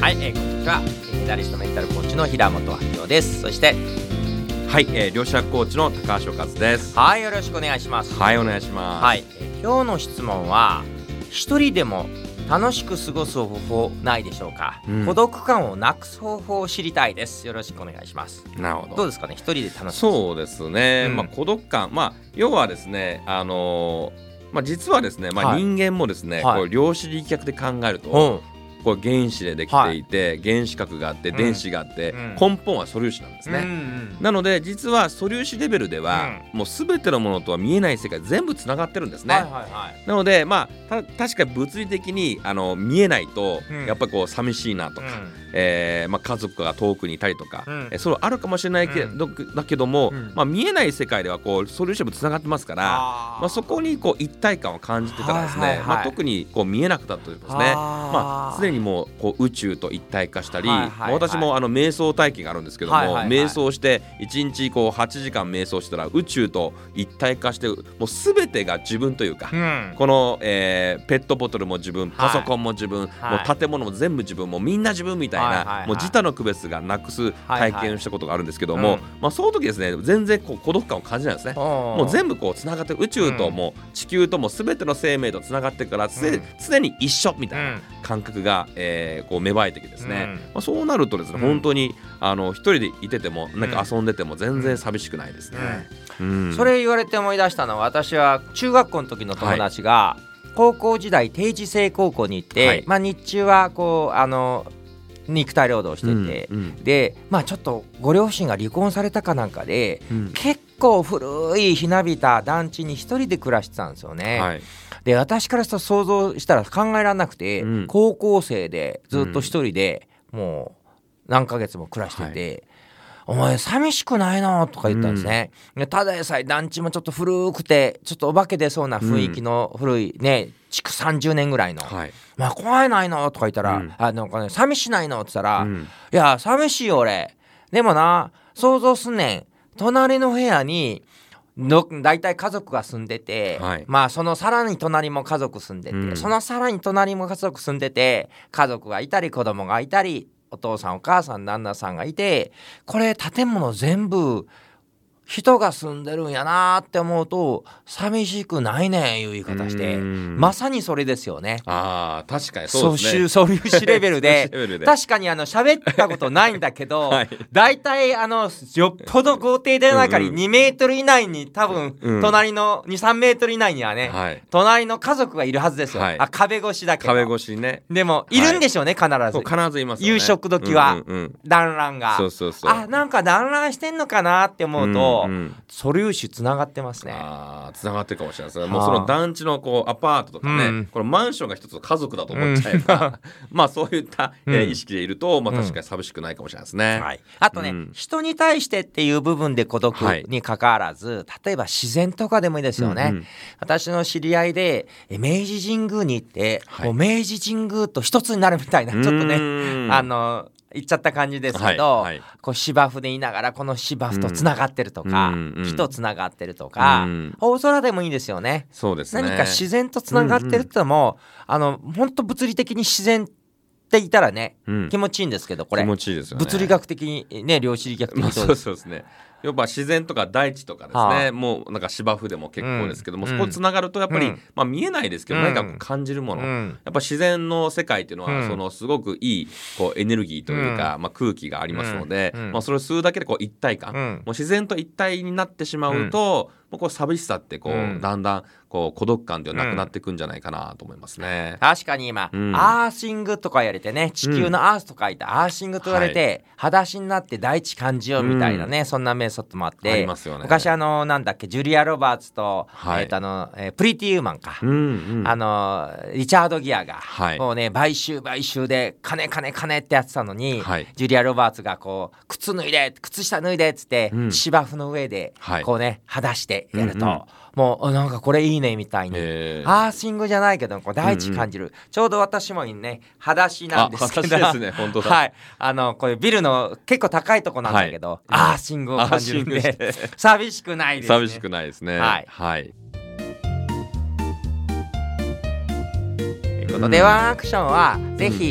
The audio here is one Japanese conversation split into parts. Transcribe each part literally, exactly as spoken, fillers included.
はい、えー、こんにちは。メダリストメンタルコーチの平本明夫です。そしてはい、えー、両者コーチの高橋和です。 はい、よろしくお願いします。 はい、お願いします。 はい、えー、今日の質問は、一人でも楽しく過ごす方法ないでしょうか、うん、孤独感をなくす方法を知りたいです。よろしくお願いします。 なるほど。 どうですかね、一人で楽しく。 そうですね、 うん、 まあ、孤独感、まあ、要はですね、あのーまあ、実はですね、まあ、人間もですね、はい、こう量子力学で考えると、うんこれ原子でできていて、はい、原子核があって電子があって、うん、根本は素粒子なんですね、うんうん、なので実は素粒子レベルでは、うん、もう全てのものとは見えない世界全部つながってるんですね、はいはいはい、なのでまあ確かに物理的にあの見えないと、うん、やっぱりこう寂しいなとか、うんえーまあ、家族が遠くにいたりとか、うんえー、それはあるかもしれないけど、うん、だけども、うんまあ、見えない世界ではこう素粒子でもつながってますから、あ、まあ、そこにこう一体感を感じてたらですね、はいはいはいまあ、特にこう見えなくなったということですね。まあ、常にもうこう宇宙と一体化したり、はいはいはいまあ、私もあの瞑想体験があるんですけども、はいはいはい、瞑想していちにちこうはちじかん瞑想したら宇宙と一体化してもう全てが自分というか、うん、この、えー、ペットボトルも自分、パソコンも自分、はい、もう建物も全部自分、もうみんな自分みたいな、はいはいはい、もう自他の区別がなくす体験をしたことがあるんですけども、はいはいうんまあ、その時ですね全然こう孤独感を感じないですね。もう全部こうつながって宇宙とも地球とも全ての生命とつながってるから、うん、常に一緒みたいな感覚が、えー、こう芽生えてきてですね、うんまあ、そうなるとですね、うん、本当にあの一人でいててもなんか遊んでても全然寂しくないですね、 うんうん、それ言われて思い出したのは、私は中学校の時の友達が、はい、高校時代定時制高校に行って、はいまあ、日中はこうあの肉体労働してて、うんうん、でまあちょっとご両親が離婚されたかなんかで、うん、結構古いひなびた団地に一人で暮らしてたんですよね、はい、で私からしたら想像したら考えられなくて、うん、高校生でずっと一人で、うん、もう何ヶ月も暮らしてて、はいお前寂しくないのとか言ったんですね、うん、ただでさえ団地もちょっと古くてちょっとお化け出そうな雰囲気の古いね、築さんじゅうねんぐらいの、はい、まあ怖いないのとか言ったら、うん、あなんかね寂しないのって言ったら、うん、いや寂しいよ俺でもな想像すんねん隣の部屋にのだいたい家族が住んでて、はい、まあそのさらに隣も家族住んでて、うん、そのさらに隣も家族住んでて家族がいたり子供がいたりお父さんお母さん旦那さんがいてこれ建物全部人が住んでるんやなって思うと寂しくないねんいう言い方してまさにそれですよね。 あ確かにそうですね。 素粒子レベルで確かにあの喋ったことないんだけど、はい、だいたいあのよっぽど豪邸で中ににメートル以内に多分、うん、隣の にさんメートル以内にはね、はい、隣の家族がいるはずですよ、はい、あ壁越しだけど壁越しねでもいるんでしょうね、はい、必ず必ずいますよね。 夕食時は、うんうんうん、団らんがそうそうそうあなんか団らんしてんのかなって思うと、うんうん、素粒子つながってますね。 あつながってるかもしれないですね。もうその団地のこうアパートとかね、うん、このマンションが一つの家族だと思っちゃえば、うん、まあそういった、うんえー、意識でいると、まあ、確かに寂しくないかもしれないですね、 うんはい、あとね、うん、人に対してっていう部分で孤独に関わらず、はい、例えば自然とかでもいいですよね、うんうん、私の知り合いで明治神宮に行って、はい、もう明治神宮と一つになるみたいなちょっとねあの言っちゃった感じですけど、はいはい、こう芝生でいながらこの芝生とつながってるとか、うん、木とつながってるとか、うん、大空でもいいですよね。 そうですね。 何か自然とつながってるってのも、うんうん、あの本当物理的に自然っていたらね、うん、気持ちいいんですけどこれ気持ちいいですよね。 物理学的にね量子力学的にそうです、そうですね。やっぱ自然とか大地とかですね、はあ、もうなんか芝生でも結構ですけども、うん、そこつながるとやっぱり、うんまあ、見えないですけど、うん、何かこう感じるもの、うん、やっぱ自然の世界っていうのは、うん、そのすごくいいこうエネルギーというか、うんまあ、空気がありますので、うんまあ、それを吸うだけでこう一体感、うん、もう自然と一体になってしまうと、うんもうこう寂しさってこう、うん、だんだんこう孤独感ではなくなっていくんじゃないかなと思いますね、 うん、確かに今、うん、アーシングとか言われてね地球のアースと書いたアーシングと言われて、うん、裸足になって大地感じようみたいなね、うん、そんなメソッドもあってありますよね。 昔あのなんだっけジュリア・ロバーツと、はいえー、とあのえー、プリティ・ウーマンか、うんうん、あのリチャード・ギアが、はい、もうね買収買収で金金金ってやってたのに、はい、ジュリア・ロバーツがこう靴脱いで靴下脱いでっつって、うん、芝生の上でこうね、はい、裸足でやると、うんうんもうなんかこれいいねみたいに、えー、アーシングじゃないけどこう大地感じる、うんうん、ちょうど私もね裸足なんですけど裸足ですね本当だ、 はい、あのこういうビルの結構高いとこなんだけど、はい、アーシングを感じるんで寂しくないですね。 寂しくないですね。 はい、 はい、 ということで、うん、ワンアクションはぜひ、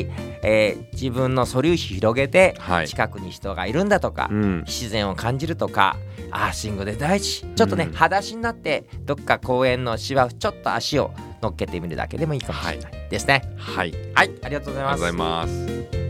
えー、自分の素粒子広げて、 はい、 近くに人がいるんだとか、うん、自然を感じるとか、アーシングで大事。ちょっとね、うん、裸足になってどっか公園の芝生ちょっと足を乗っけてみるだけでもいいかもしれないですね。 はい、 はい、ありがとうございます。 ありがとうございます。